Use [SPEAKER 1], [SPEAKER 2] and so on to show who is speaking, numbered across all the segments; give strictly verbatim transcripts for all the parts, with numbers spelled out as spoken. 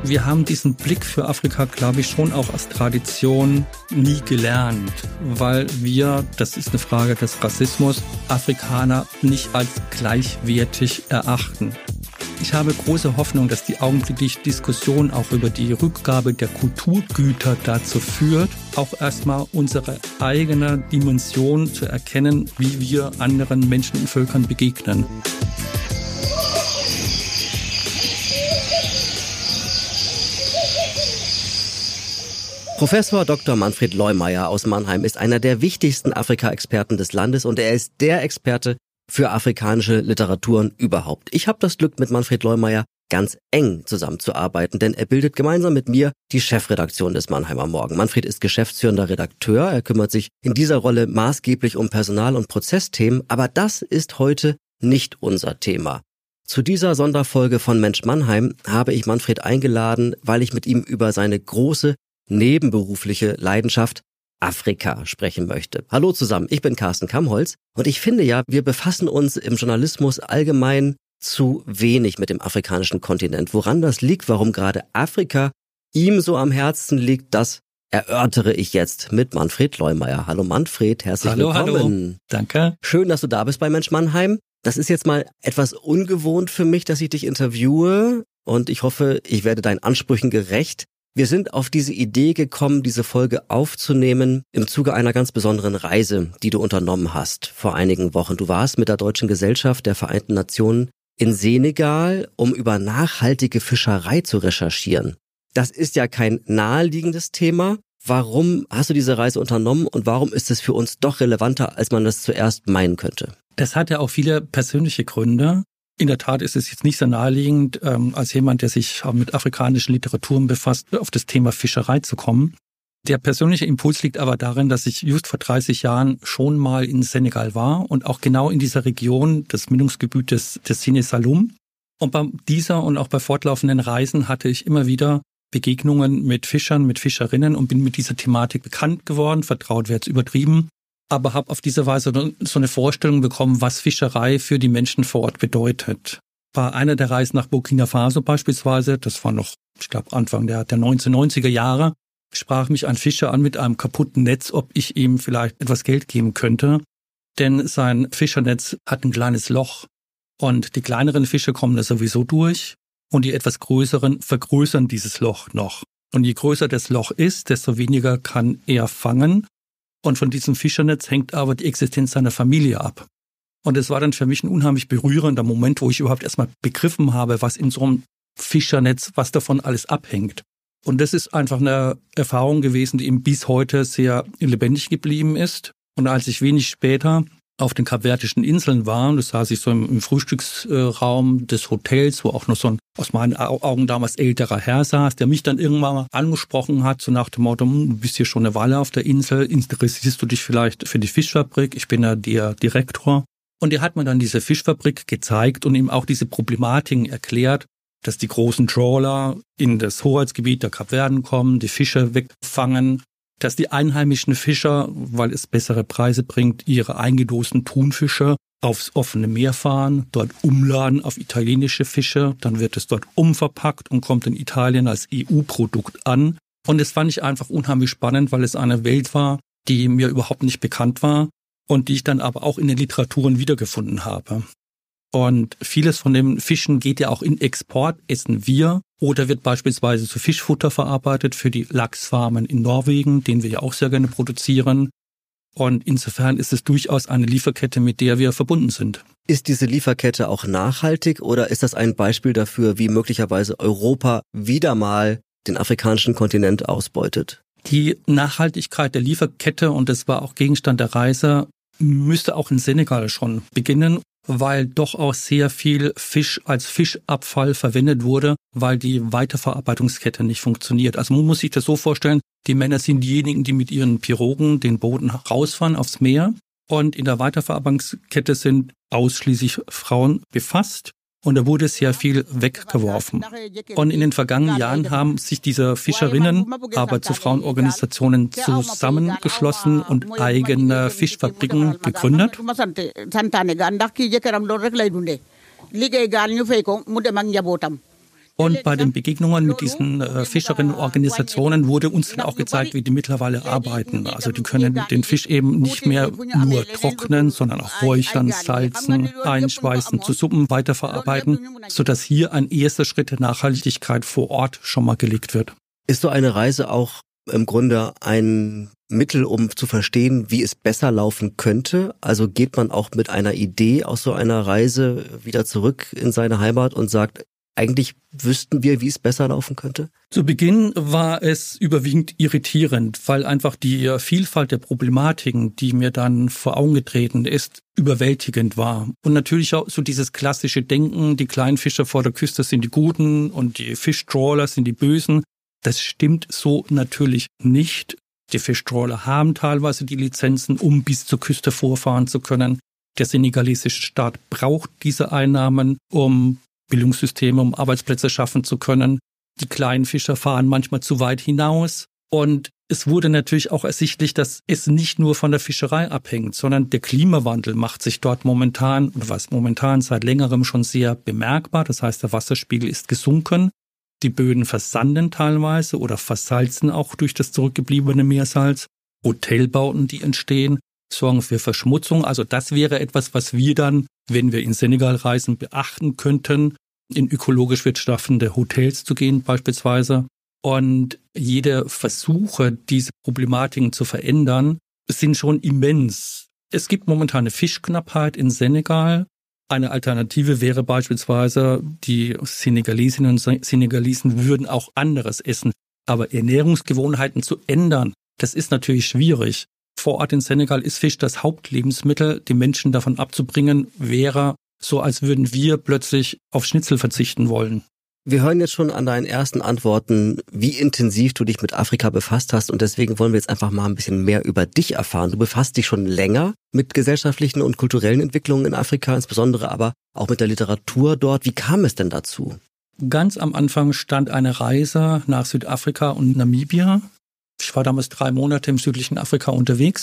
[SPEAKER 1] Wir haben diesen Blick für Afrika, glaube ich, schon auch als Tradition nie gelernt, weil wir, das ist eine Frage des Rassismus, Afrikaner nicht als gleichwertig erachten. Ich habe große Hoffnung, dass die augenblickliche Diskussion auch über die Rückgabe der Kulturgüter dazu führt, auch erstmal unsere eigene Dimension zu erkennen, wie wir anderen Menschen und Völkern begegnen.
[SPEAKER 2] Professor Doktor Manfred Leumeyer aus Mannheim ist einer der wichtigsten Afrika-Experten des Landes und er ist der Experte für afrikanische Literaturen überhaupt. Ich habe das Glück, mit Manfred Leumeyer ganz eng zusammenzuarbeiten, denn er bildet gemeinsam mit mir die Chefredaktion des Mannheimer Morgen. Manfred ist geschäftsführender Redakteur, er kümmert sich in dieser Rolle maßgeblich um Personal- und Prozessthemen, aber das ist heute nicht unser Thema. Zu dieser Sonderfolge von Mensch Mannheim habe ich Manfred eingeladen, weil ich mit ihm über seine große nebenberufliche Leidenschaft Afrika sprechen möchte. Hallo zusammen, ich bin Carsten Kamholz und ich finde ja, wir befassen uns im Journalismus allgemein zu wenig mit dem afrikanischen Kontinent. Woran das liegt, warum gerade Afrika ihm so am Herzen liegt, das erörtere ich jetzt mit Manfred Leumeyer. Hallo Manfred, herzlich
[SPEAKER 1] hallo,
[SPEAKER 2] willkommen.
[SPEAKER 1] Hallo, danke.
[SPEAKER 2] Schön, dass du da bist bei Mensch Mannheim. Das ist jetzt mal etwas ungewohnt für mich, dass ich dich interviewe und ich hoffe, ich werde deinen Ansprüchen gerecht. Wir sind auf diese Idee gekommen, diese Folge aufzunehmen im Zuge einer ganz besonderen Reise, die du unternommen hast vor einigen Wochen. Du warst mit der Deutschen Gesellschaft der Vereinten Nationen in Senegal, um über nachhaltige Fischerei zu recherchieren. Das ist ja kein naheliegendes Thema. Warum hast du diese Reise unternommen und warum ist es für uns doch relevanter, als man das zuerst meinen könnte?
[SPEAKER 1] Das hat ja auch viele persönliche Gründe. In der Tat ist es jetzt nicht so naheliegend, ähm, als jemand, der sich mit afrikanischen Literaturen befasst, auf das Thema Fischerei zu kommen. Der persönliche Impuls liegt aber darin, dass ich just vor dreißig Jahren schon mal in Senegal war und auch genau in dieser Region des Mündungsgebietes des Sine Saloum. Und bei dieser und auch bei fortlaufenden Reisen hatte ich immer wieder Begegnungen mit Fischern, mit Fischerinnen und bin mit dieser Thematik bekannt geworden, vertraut wäre jetzt übertrieben. Aber habe auf diese Weise so eine Vorstellung bekommen, was Fischerei für die Menschen vor Ort bedeutet. Bei einer der Reisen nach Burkina Faso beispielsweise, das war noch, ich glaube, Anfang der, der neunzehnhundertneunziger Jahre, sprach mich ein Fischer an mit einem kaputten Netz, ob ich ihm vielleicht etwas Geld geben könnte. Denn sein Fischernetz hat ein kleines Loch und die kleineren Fische kommen da sowieso durch und die etwas größeren vergrößern dieses Loch noch. Und je größer das Loch ist, desto weniger kann er fangen. Und von diesem Fischernetz hängt aber die Existenz seiner Familie ab. Und es war dann für mich ein unheimlich berührender Moment, wo ich überhaupt erstmal begriffen habe, was in so einem Fischernetz, was davon alles abhängt. Und das ist einfach eine Erfahrung gewesen, die eben bis heute sehr lebendig geblieben ist. Und als ich wenig später auf den Kapverdischen Inseln war, das saß ich so im Frühstücksraum des Hotels, wo auch noch so ein aus meinen Augen damals älterer Herr saß, der mich dann irgendwann mal angesprochen hat, so nach dem Motto, du bist hier schon eine Weile auf der Insel, interessierst du dich vielleicht für die Fischfabrik? Ich bin ja der Direktor. Und er hat mir dann diese Fischfabrik gezeigt und ihm auch diese Problematiken erklärt, dass die großen Trawler in das Hoheitsgebiet der Kapverden kommen, die Fische wegfangen, dass die einheimischen Fischer, weil es bessere Preise bringt, ihre eingedosten Thunfische aufs offene Meer fahren, dort umladen auf italienische Fische, dann wird es dort umverpackt und kommt in Italien als E U-Produkt an. Und das fand ich einfach unheimlich spannend, weil es eine Welt war, die mir überhaupt nicht bekannt war und die ich dann aber auch in den Literaturen wiedergefunden habe. Und vieles von den Fischen geht ja auch in Export, essen wir oder wird beispielsweise zu Fischfutter verarbeitet für die Lachsfarmen in Norwegen, den wir ja auch sehr gerne produzieren. Und insofern ist es durchaus eine Lieferkette, mit der wir verbunden sind.
[SPEAKER 2] Ist diese Lieferkette auch nachhaltig oder ist das ein Beispiel dafür, wie möglicherweise Europa wieder mal den afrikanischen Kontinent ausbeutet?
[SPEAKER 1] Die Nachhaltigkeit der Lieferkette, und das war auch Gegenstand der Reise, müsste auch in Senegal schon beginnen, weil doch auch sehr viel Fisch als Fischabfall verwendet wurde, weil die Weiterverarbeitungskette nicht funktioniert. Also man muss sich das so vorstellen, die Männer sind diejenigen, die mit ihren Pirogen den Boden rausfahren aufs Meer und in der Weiterverarbeitungskette sind ausschließlich Frauen befasst. Und da wurde sehr viel weggeworfen. Und in den vergangenen Jahren haben sich diese Fischerinnen aber zu Frauenorganisationen zusammengeschlossen und eigene Fischfabriken gegründet. Und bei den Begegnungen mit diesen äh, Fischerinnenorganisationen wurde uns dann auch gezeigt, wie die mittlerweile arbeiten. Also die können den Fisch eben nicht mehr nur trocknen, sondern auch räuchern, salzen, einschweißen, zu Suppen weiterverarbeiten, sodass hier ein erster Schritt der Nachhaltigkeit vor Ort schon mal gelegt wird.
[SPEAKER 2] Ist so eine Reise auch im Grunde ein Mittel, um zu verstehen, wie es besser laufen könnte? Also geht man auch mit einer Idee aus so einer Reise wieder zurück in seine Heimat und sagt, eigentlich wüssten wir, wie es besser laufen könnte?
[SPEAKER 1] Zu Beginn war es überwiegend irritierend, weil einfach die Vielfalt der Problematiken, die mir dann vor Augen getreten ist, überwältigend war. Und natürlich auch so dieses klassische Denken, die kleinen Fischer vor der Küste sind die Guten und die Fischtrawler sind die Bösen. Das stimmt so natürlich nicht. Die Fischtrawler haben teilweise die Lizenzen, um bis zur Küste vorfahren zu können. Der senegalesische Staat braucht diese Einnahmen, um Bildungssysteme, um Arbeitsplätze schaffen zu können. Die kleinen Fischer fahren manchmal zu weit hinaus. Und es wurde natürlich auch ersichtlich, dass es nicht nur von der Fischerei abhängt, sondern der Klimawandel macht sich dort momentan, oder was momentan seit längerem schon sehr bemerkbar. Das heißt, der Wasserspiegel ist gesunken. Die Böden versanden teilweise oder versalzen auch durch das zurückgebliebene Meersalz. Hotelbauten, die entstehen, sorgen für Verschmutzung. Also das wäre etwas, was wir dann, wenn wir in Senegal reisen, beachten könnten, in ökologisch wirtschaftende Hotels zu gehen beispielsweise. Und jede Versuche, diese Problematiken zu verändern, sind schon immens. Es gibt momentan eine Fischknappheit in Senegal. Eine Alternative wäre beispielsweise, die Senegalesinnen und Senegalesen würden auch anderes essen. Aber Ernährungsgewohnheiten zu ändern, das ist natürlich schwierig. Vor Ort in Senegal ist Fisch das Hauptlebensmittel. Die Menschen davon abzubringen, wäre so, als würden wir plötzlich auf Schnitzel verzichten wollen.
[SPEAKER 2] Wir hören jetzt schon an deinen ersten Antworten, wie intensiv du dich mit Afrika befasst hast, und deswegen wollen wir jetzt einfach mal ein bisschen mehr über dich erfahren. Du befasst dich schon länger mit gesellschaftlichen und kulturellen Entwicklungen in Afrika, insbesondere aber auch mit der Literatur dort. Wie kam es denn dazu?
[SPEAKER 1] Ganz am Anfang stand eine Reise nach Südafrika und Namibia. Ich war damals drei Monate im südlichen Afrika unterwegs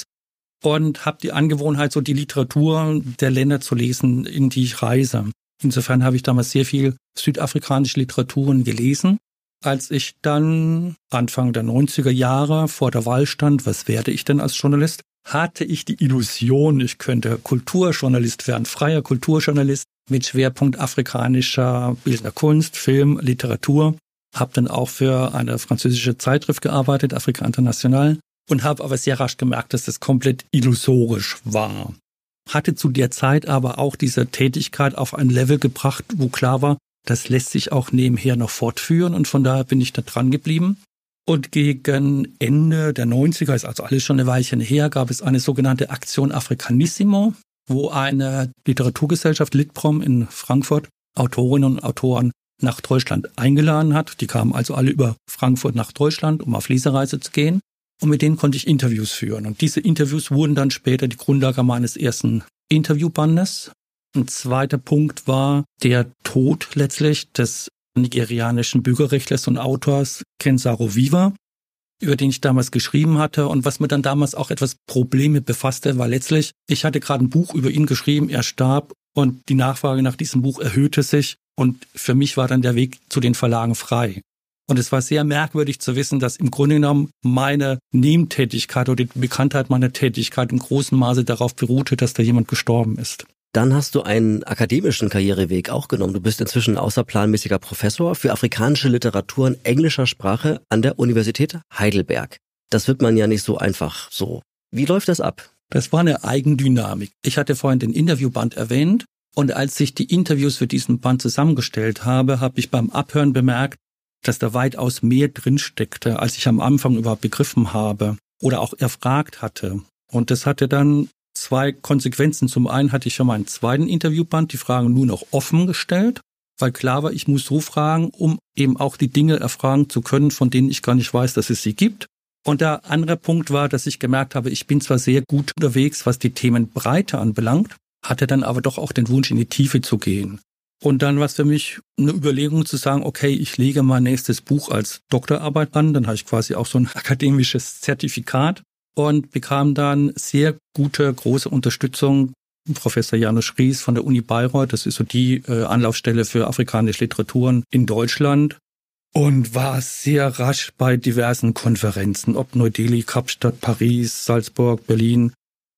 [SPEAKER 1] und habe die Angewohnheit, so die Literatur der Länder zu lesen, in die ich reise. Insofern habe ich damals sehr viel südafrikanische Literaturen gelesen. Als ich dann Anfang der neunziger Jahre vor der Wahl stand, was werde ich denn als Journalist, hatte ich die Illusion, ich könnte Kulturjournalist werden, freier Kulturjournalist mit Schwerpunkt afrikanischer bildender Kunst, Film, Literatur. Habe dann auch für eine französische Zeitschrift gearbeitet, Afrika International, und habe aber sehr rasch gemerkt, dass das komplett illusorisch war. Hatte zu der Zeit aber auch diese Tätigkeit auf ein Level gebracht, wo klar war, das lässt sich auch nebenher noch fortführen, und von daher bin ich da dran geblieben. Und gegen Ende der neunziger, ist also alles schon eine Weilchen her, gab es eine sogenannte Aktion Africanissimo, wo eine Literaturgesellschaft Litprom in Frankfurt Autorinnen und Autoren nach Deutschland eingeladen hat. Die kamen also alle über Frankfurt nach Deutschland, um auf Lesereise zu gehen. Und mit denen konnte ich Interviews führen. Und diese Interviews wurden dann später die Grundlage meines ersten Interviewbandes. Ein zweiter Punkt war der Tod letztlich des nigerianischen Bürgerrechtlers und Autors Ken Saro-Wiwa, über den ich damals geschrieben hatte und was mir dann damals auch etwas Probleme befasste, weil letztlich, ich hatte gerade ein Buch über ihn geschrieben, er starb und die Nachfrage nach diesem Buch erhöhte sich und für mich war dann der Weg zu den Verlagen frei. Und es war sehr merkwürdig zu wissen, dass im Grunde genommen meine Nebentätigkeit oder die Bekanntheit meiner Tätigkeit im großen Maße darauf beruhte, dass da jemand gestorben ist.
[SPEAKER 2] Dann hast du einen akademischen Karriereweg auch genommen. Du bist inzwischen außerplanmäßiger Professor für afrikanische Literatur in englischer Sprache an der Universität Heidelberg. Das wird man ja nicht so einfach so. Wie läuft das ab?
[SPEAKER 1] Das war eine Eigendynamik. Ich hatte vorhin den Interviewband erwähnt und als ich die Interviews für diesen Band zusammengestellt habe, habe ich beim Abhören bemerkt, dass da weitaus mehr drinsteckte, als ich am Anfang überhaupt begriffen habe oder auch erfragt hatte. Und das hatte dann zwei Konsequenzen. Zum einen hatte ich für meinen zweiten Interviewband die Fragen nur noch offen gestellt, weil klar war, ich muss so fragen, um eben auch die Dinge erfragen zu können, von denen ich gar nicht weiß, dass es sie gibt. Und der andere Punkt war, dass ich gemerkt habe, ich bin zwar sehr gut unterwegs, was die Themenbreite anbelangt, hatte dann aber doch auch den Wunsch, in die Tiefe zu gehen. Und dann war es für mich eine Überlegung zu sagen, okay, ich lege mein nächstes Buch als Doktorarbeit an, dann habe ich quasi auch so ein akademisches Zertifikat und bekam dann sehr gute, große Unterstützung Professor Janusz Ries von der Uni Bayreuth. Das ist so die äh, Anlaufstelle für afrikanische Literaturen in Deutschland. Und war sehr rasch bei diversen Konferenzen, ob Neu-Delhi, Kapstadt, Paris, Salzburg, Berlin.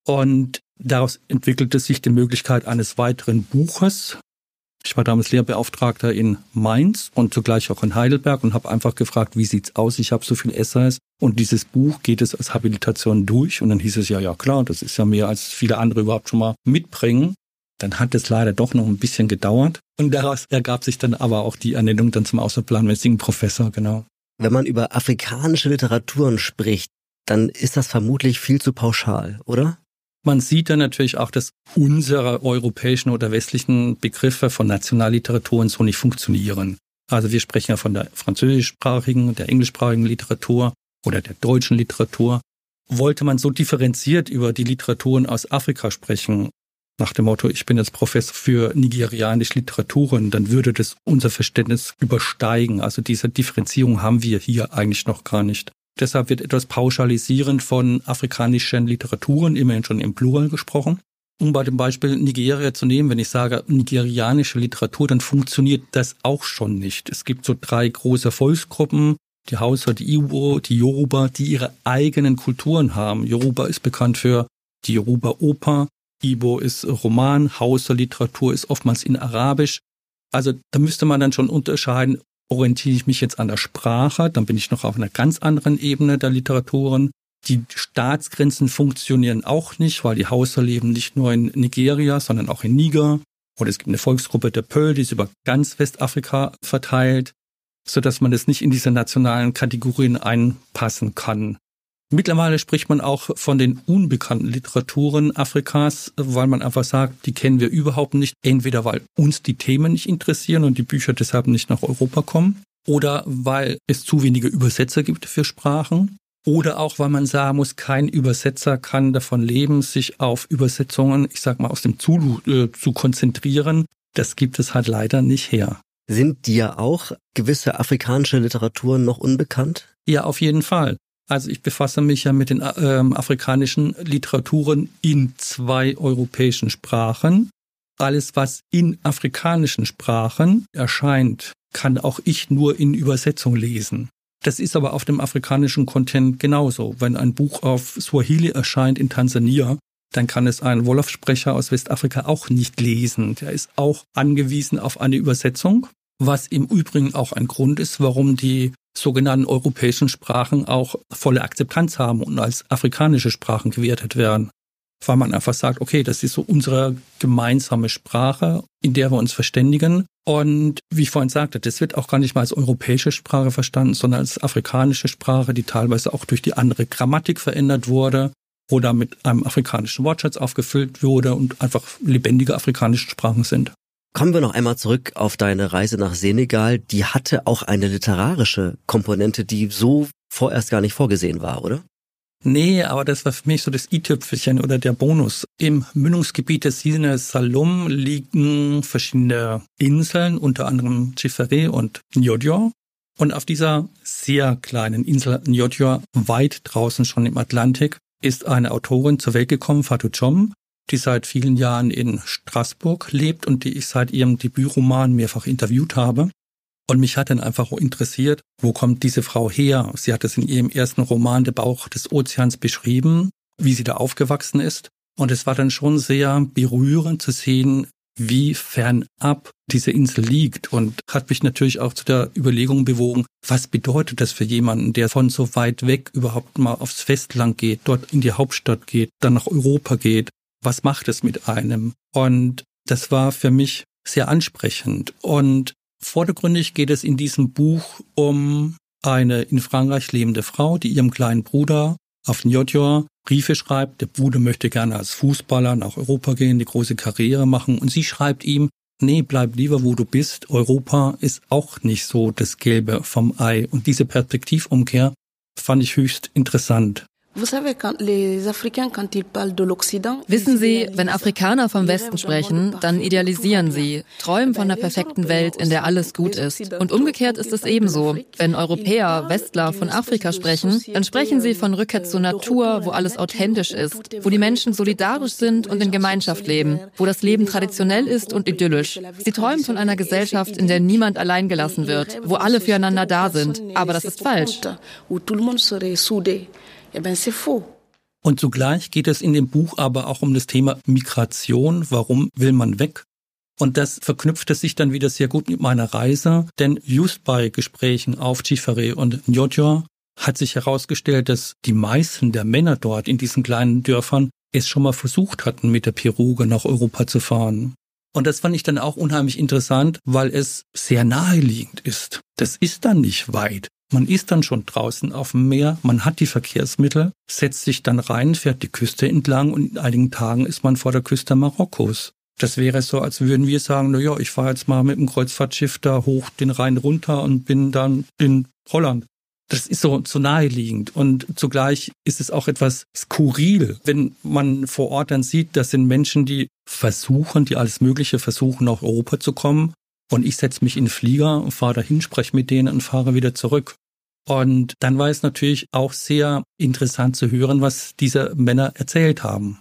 [SPEAKER 1] Und daraus entwickelte sich die Möglichkeit eines weiteren Buches. Ich war damals Lehrbeauftragter in Mainz und zugleich auch in Heidelberg und habe einfach gefragt, wie sieht's aus? Ich habe so viele Essays und dieses Buch geht es als Habilitation durch. Und dann hieß es ja, ja klar, das ist ja mehr als viele andere überhaupt schon mal mitbringen. Dann hat es leider doch noch ein bisschen gedauert. Und daraus ergab sich dann aber auch die Ernennung dann zum außerplanmäßigen Professor, genau.
[SPEAKER 2] Wenn man über afrikanische Literaturen spricht, dann ist das vermutlich viel zu pauschal, oder?
[SPEAKER 1] Man sieht dann natürlich auch, dass unsere europäischen oder westlichen Begriffe von Nationalliteraturen so nicht funktionieren. Also wir sprechen ja von der französischsprachigen, der englischsprachigen Literatur oder der deutschen Literatur. Wollte man so differenziert über die Literaturen aus Afrika sprechen, nach dem Motto, ich bin jetzt Professor für nigerianische Literaturen, dann würde das unser Verständnis übersteigen. Also diese Differenzierung haben wir hier eigentlich noch gar nicht. Deshalb wird etwas pauschalisierend von afrikanischen Literaturen, immerhin schon im Plural gesprochen. Um bei dem Beispiel Nigeria zu nehmen, wenn ich sage nigerianische Literatur, dann funktioniert das auch schon nicht. Es gibt so drei große Volksgruppen, die Hausa, die Igbo, die Yoruba, die ihre eigenen Kulturen haben. Yoruba ist bekannt für die Yoruba-Oper, Igbo ist Roman, Hausa-Literatur ist oftmals in Arabisch. Also da müsste man dann schon unterscheiden, orientiere ich mich jetzt an der Sprache, dann bin ich noch auf einer ganz anderen Ebene der Literaturen. Die Staatsgrenzen funktionieren auch nicht, weil die Hausa leben nicht nur in Nigeria, sondern auch in Niger. Oder es gibt eine Volksgruppe der Peul, die ist über ganz Westafrika verteilt, sodass man das nicht in diese nationalen Kategorien einpassen kann. Mittlerweile spricht man auch von den unbekannten Literaturen Afrikas, weil man einfach sagt, die kennen wir überhaupt nicht. Entweder weil uns die Themen nicht interessieren und die Bücher deshalb nicht nach Europa kommen, oder weil es zu wenige Übersetzer gibt für Sprachen, oder auch weil man sagen muss, kein Übersetzer kann davon leben, sich auf Übersetzungen, ich sag mal aus dem Zulu äh, zu konzentrieren. Das gibt es halt leider nicht her.
[SPEAKER 2] Sind dir auch gewisse afrikanische Literaturen noch unbekannt?
[SPEAKER 1] Ja, auf jeden Fall. Also ich befasse mich ja mit den ähm, afrikanischen Literaturen in zwei europäischen Sprachen. Alles, was in afrikanischen Sprachen erscheint, kann auch ich nur in Übersetzung lesen. Das ist aber auf dem afrikanischen Kontinent genauso. Wenn ein Buch auf Swahili erscheint in Tansania, dann kann es ein Wolof-Sprecher aus Westafrika auch nicht lesen. Der ist auch angewiesen auf eine Übersetzung, was im Übrigen auch ein Grund ist, warum die sogenannten europäischen Sprachen auch volle Akzeptanz haben und als afrikanische Sprachen gewertet werden. Weil man einfach sagt, okay, das ist so unsere gemeinsame Sprache, in der wir uns verständigen. Und wie ich vorhin sagte, das wird auch gar nicht mal als europäische Sprache verstanden, sondern als afrikanische Sprache, die teilweise auch durch die andere Grammatik verändert wurde oder mit einem afrikanischen Wortschatz aufgefüllt wurde und einfach lebendige afrikanische Sprachen sind.
[SPEAKER 2] Kommen wir noch einmal zurück auf deine Reise nach Senegal. Die hatte auch eine literarische Komponente, die so vorerst gar nicht vorgesehen war, oder?
[SPEAKER 1] Nee, aber das war für mich so das i-Tüpfelchen oder der Bonus. Im Mündungsgebiet des Sine Saloum liegen verschiedene Inseln, unter anderem Chifere und Nyodjo. Und auf dieser sehr kleinen Insel Nyodjo, weit draußen schon im Atlantik, ist eine Autorin zur Welt gekommen, Fatou Diom, die seit vielen Jahren in Straßburg lebt und die ich seit ihrem Debütroman mehrfach interviewt habe. Und mich hat dann einfach interessiert, wo kommt diese Frau her? Sie hat es in ihrem ersten Roman Der Bauch des Ozeans beschrieben, wie sie da aufgewachsen ist. Und es war dann schon sehr berührend zu sehen, wie fernab diese Insel liegt. Und hat mich natürlich auch zu der Überlegung bewogen, was bedeutet das für jemanden, der von so weit weg überhaupt mal aufs Festland geht, dort in die Hauptstadt geht, dann nach Europa geht. Was macht es mit einem? Und das war für mich sehr ansprechend. Und vordergründig geht es in diesem Buch um eine in Frankreich lebende Frau, die ihrem kleinen Bruder auf Nyodjo Briefe schreibt. Der Bruder möchte gerne als Fußballer nach Europa gehen, die große Karriere machen. Und sie schreibt ihm, nee, bleib lieber, wo du bist. Europa ist auch nicht so das Gelbe vom Ei. Und diese Perspektivumkehr fand ich höchst interessant.
[SPEAKER 3] Wissen Sie, wenn Afrikaner vom Westen sprechen, dann idealisieren sie, träumen von einer perfekten Welt, in der alles gut ist. Und umgekehrt ist es ebenso. Wenn Europäer, Westler von Afrika sprechen, dann sprechen sie von Rückkehr zur Natur, wo alles authentisch ist, wo die Menschen solidarisch sind und in Gemeinschaft leben, wo das Leben traditionell ist und idyllisch. Sie träumen von einer Gesellschaft, in der niemand allein gelassen wird, wo alle füreinander da sind. Aber das ist falsch.
[SPEAKER 1] Und zugleich geht es in dem Buch aber auch um das Thema Migration. Warum will man weg? Und das verknüpfte sich dann wieder sehr gut mit meiner Reise, denn just bei Gesprächen auf Chifere und Njodjo hat sich herausgestellt, dass die meisten der Männer dort in diesen kleinen Dörfern es schon mal versucht hatten, mit der Piroge nach Europa zu fahren. Und das fand ich dann auch unheimlich interessant, weil es sehr naheliegend ist. Das ist dann nicht weit. Man ist dann schon draußen auf dem Meer, man hat die Verkehrsmittel, setzt sich dann rein, fährt die Küste entlang und in einigen Tagen ist man vor der Küste Marokkos. Das wäre so, als würden wir sagen, na ja, ich fahre jetzt mal mit dem Kreuzfahrtschiff da hoch den Rhein runter und bin dann in Holland. Das ist so, so naheliegend und zugleich ist es auch etwas skurril, wenn man vor Ort dann sieht, das sind Menschen, die versuchen, die alles Mögliche versuchen, nach Europa zu kommen. Und ich setze mich in den Flieger und fahre dahin, spreche mit denen und fahre wieder zurück. Und dann war es natürlich auch sehr interessant zu hören, was diese Männer erzählt haben.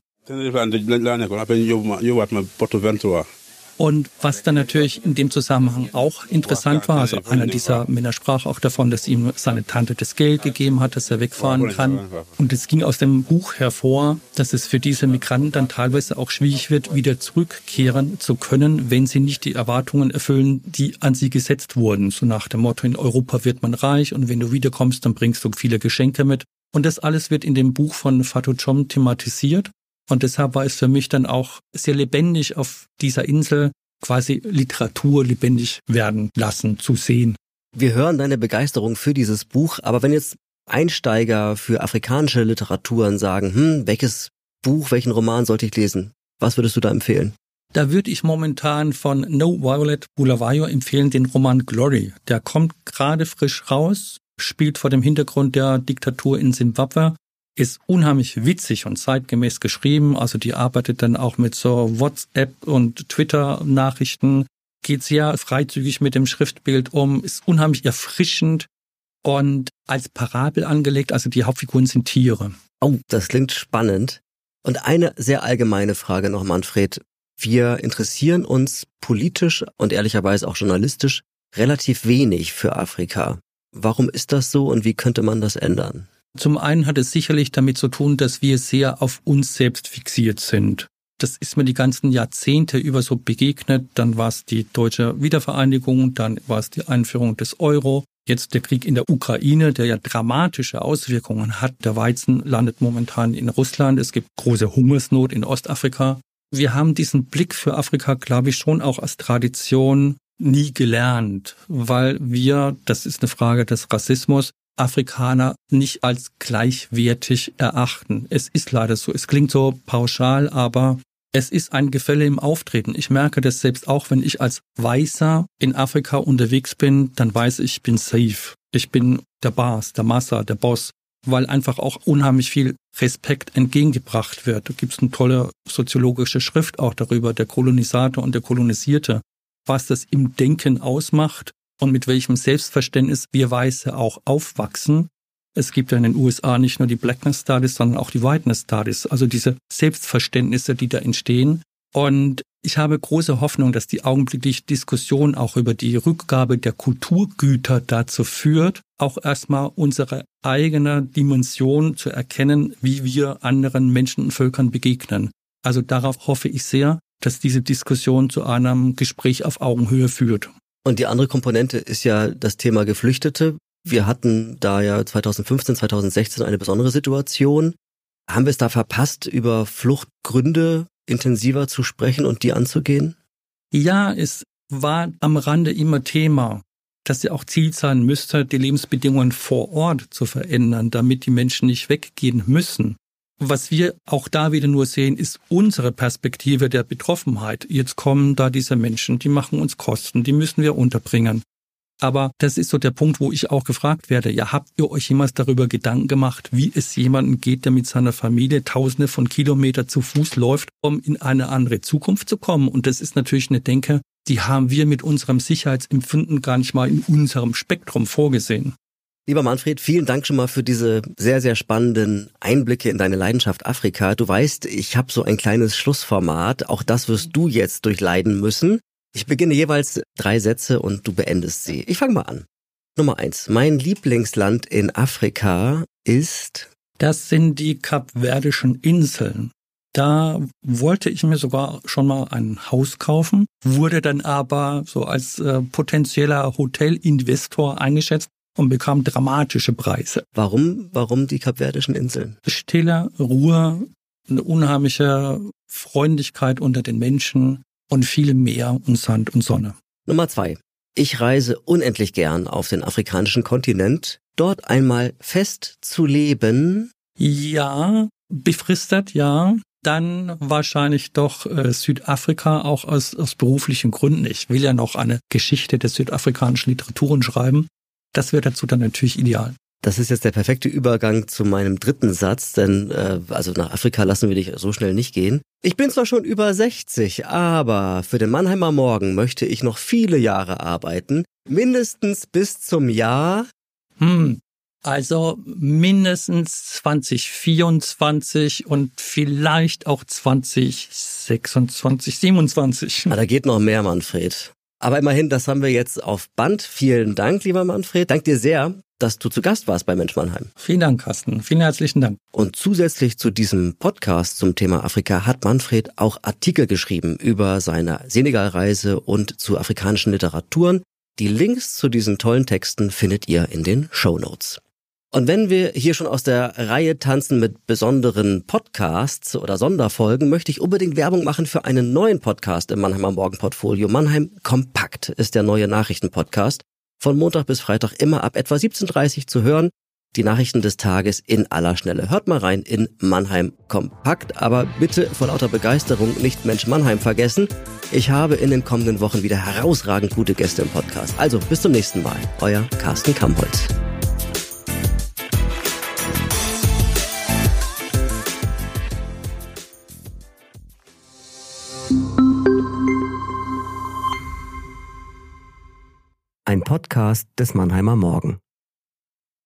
[SPEAKER 1] Und was dann natürlich in dem Zusammenhang auch interessant war, also einer dieser Männer sprach auch davon, dass ihm seine Tante das Geld gegeben hat, dass er wegfahren kann. Und es ging aus dem Buch hervor, dass es für diese Migranten dann teilweise auch schwierig wird, wieder zurückkehren zu können, wenn sie nicht die Erwartungen erfüllen, die an sie gesetzt wurden. So nach dem Motto, in Europa wird man reich und wenn du wiederkommst, dann bringst du viele Geschenke mit. Und das alles wird in dem Buch von Fatou Chom thematisiert. Und deshalb war es für mich dann auch sehr lebendig, auf dieser Insel quasi Literatur lebendig werden lassen, zu sehen.
[SPEAKER 2] Wir hören deine Begeisterung für dieses Buch, aber wenn jetzt Einsteiger für afrikanische Literaturen sagen, hm, welches Buch, welchen Roman sollte ich lesen? Was würdest du da empfehlen?
[SPEAKER 1] Da würde ich momentan von No Violet Bulawayo empfehlen den Roman Glory. Der kommt gerade frisch raus, spielt vor dem Hintergrund der Diktatur in Simbabwe. Ist unheimlich witzig und zeitgemäß geschrieben. Also die arbeitet dann auch mit so WhatsApp und Twitter-Nachrichten, geht sehr freizügig mit dem Schriftbild um, ist unheimlich erfrischend und als Parabel angelegt. Also die Hauptfiguren sind Tiere.
[SPEAKER 2] Oh, das klingt spannend. Und eine sehr allgemeine Frage noch, Manfred. Wir interessieren uns politisch und ehrlicherweise auch journalistisch relativ wenig für Afrika. Warum ist das so und wie könnte man das ändern?
[SPEAKER 1] Zum einen hat es sicherlich damit zu tun, dass wir sehr auf uns selbst fixiert sind. Das ist mir die ganzen Jahrzehnte über so begegnet. Dann war es die deutsche Wiedervereinigung, dann war es die Einführung des Euro. Jetzt der Krieg in der Ukraine, der ja dramatische Auswirkungen hat. Der Weizen landet momentan in Russland. Es gibt große Hungersnot in Ostafrika. Wir haben diesen Blick für Afrika, glaube ich, schon auch als Tradition nie gelernt, weil wir, das ist eine Frage des Rassismus, Afrikaner nicht als gleichwertig erachten. Es ist leider so. Es klingt so pauschal, aber es ist ein Gefälle im Auftreten. Ich merke das selbst auch, wenn ich als Weißer in Afrika unterwegs bin, dann weiß ich, ich bin safe. Ich bin der Boss, der Massa, der Boss, weil einfach auch unheimlich viel Respekt entgegengebracht wird. Da gibt es eine tolle soziologische Schrift auch darüber, der Kolonisator und der Kolonisierte, was das im Denken ausmacht. Und mit welchem Selbstverständnis wir Weiße auch aufwachsen. Es gibt ja in den U S A nicht nur die Blackness Studies, sondern auch die Whiteness Studies, also diese Selbstverständnisse, die da entstehen. Und ich habe große Hoffnung, dass die augenblickliche Diskussion auch über die Rückgabe der Kulturgüter dazu führt, auch erstmal unsere eigene Dimension zu erkennen, wie wir anderen Menschen und Völkern begegnen. Also darauf hoffe ich sehr, dass diese Diskussion zu einem Gespräch auf Augenhöhe führt.
[SPEAKER 2] Und die andere Komponente ist ja das Thema Geflüchtete. Wir hatten da ja zweitausendfünfzehn, zweitausendsechzehn eine besondere Situation. Haben wir es da verpasst, über Fluchtgründe intensiver zu sprechen und die anzugehen?
[SPEAKER 1] Ja, es war am Rande immer Thema, dass ja auch Ziel sein müsste, die Lebensbedingungen vor Ort zu verändern, damit die Menschen nicht weggehen müssen. Was wir auch da wieder nur sehen, ist unsere Perspektive der Betroffenheit. Jetzt kommen da diese Menschen, die machen uns Kosten, die müssen wir unterbringen. Aber das ist so der Punkt, wo ich auch gefragt werde, ja, habt ihr euch jemals darüber Gedanken gemacht, wie es jemandem geht, der mit seiner Familie tausende von Kilometern zu Fuß läuft, um in eine andere Zukunft zu kommen? Und das ist natürlich eine Denke, die haben wir mit unserem Sicherheitsempfinden gar nicht mal in unserem Spektrum vorgesehen.
[SPEAKER 2] Lieber Manfred, vielen Dank schon mal für diese sehr, sehr spannenden Einblicke in deine Leidenschaft Afrika. Du weißt, ich habe so ein kleines Schlussformat. Auch das wirst du jetzt durchleiden müssen. Ich beginne jeweils drei Sätze und du beendest sie. Ich fange mal an. Nummer eins. Mein Lieblingsland in Afrika ist...
[SPEAKER 1] Das sind die Kapverdischen Inseln. Da wollte ich mir sogar schon mal ein Haus kaufen, wurde dann aber so als äh, potenzieller Hotelinvestor eingeschätzt und bekam dramatische Preise.
[SPEAKER 2] Warum? Warum die Kapverdischen Inseln?
[SPEAKER 1] Stille, Ruhe, eine unheimliche Freundlichkeit unter den Menschen und viel Meer und Sand und Sonne.
[SPEAKER 2] Nummer zwei. Ich reise unendlich gern auf den afrikanischen Kontinent. Dort einmal fest zu leben.
[SPEAKER 1] Ja, befristet, ja. Dann wahrscheinlich doch äh, Südafrika, auch aus, aus beruflichen Gründen. Ich will ja noch eine Geschichte der südafrikanischen Literaturen schreiben. Das wäre dazu dann natürlich ideal.
[SPEAKER 2] Das ist jetzt der perfekte Übergang zu meinem dritten Satz, denn äh, also nach Afrika lassen wir dich so schnell nicht gehen. Ich bin zwar schon über sechzig, aber für den Mannheimer Morgen möchte ich noch viele Jahre arbeiten. Mindestens bis zum Jahr...
[SPEAKER 1] Hm. Also mindestens zwanzig vierundzwanzig und vielleicht auch zwanzig sechsundzwanzig, siebenundzwanzig.
[SPEAKER 2] Ah, da geht noch mehr, Manfred. Aber immerhin, das haben wir jetzt auf Band. Vielen Dank, lieber Manfred. Dank dir sehr, dass du zu Gast warst bei Mensch Mannheim.
[SPEAKER 1] Vielen Dank, Carsten. Vielen herzlichen Dank.
[SPEAKER 2] Und zusätzlich zu diesem Podcast zum Thema Afrika hat Manfred auch Artikel geschrieben über seine Senegalreise und zu afrikanischen Literaturen. Die Links zu diesen tollen Texten findet ihr in den Shownotes. Und wenn wir hier schon aus der Reihe tanzen mit besonderen Podcasts oder Sonderfolgen, möchte ich unbedingt Werbung machen für einen neuen Podcast im Mannheimer Morgenportfolio. Mannheim Kompakt ist der neue Nachrichtenpodcast. Von Montag bis Freitag immer ab etwa siebzehn Uhr dreißig zu hören. Die Nachrichten des Tages in aller Schnelle. Hört mal rein in Mannheim Kompakt. Aber bitte vor lauter Begeisterung nicht Mensch Mannheim vergessen. Ich habe in den kommenden Wochen wieder herausragend gute Gäste im Podcast. Also bis zum nächsten Mal. Euer Carsten Kammholz. Ein Podcast des Mannheimer Morgen.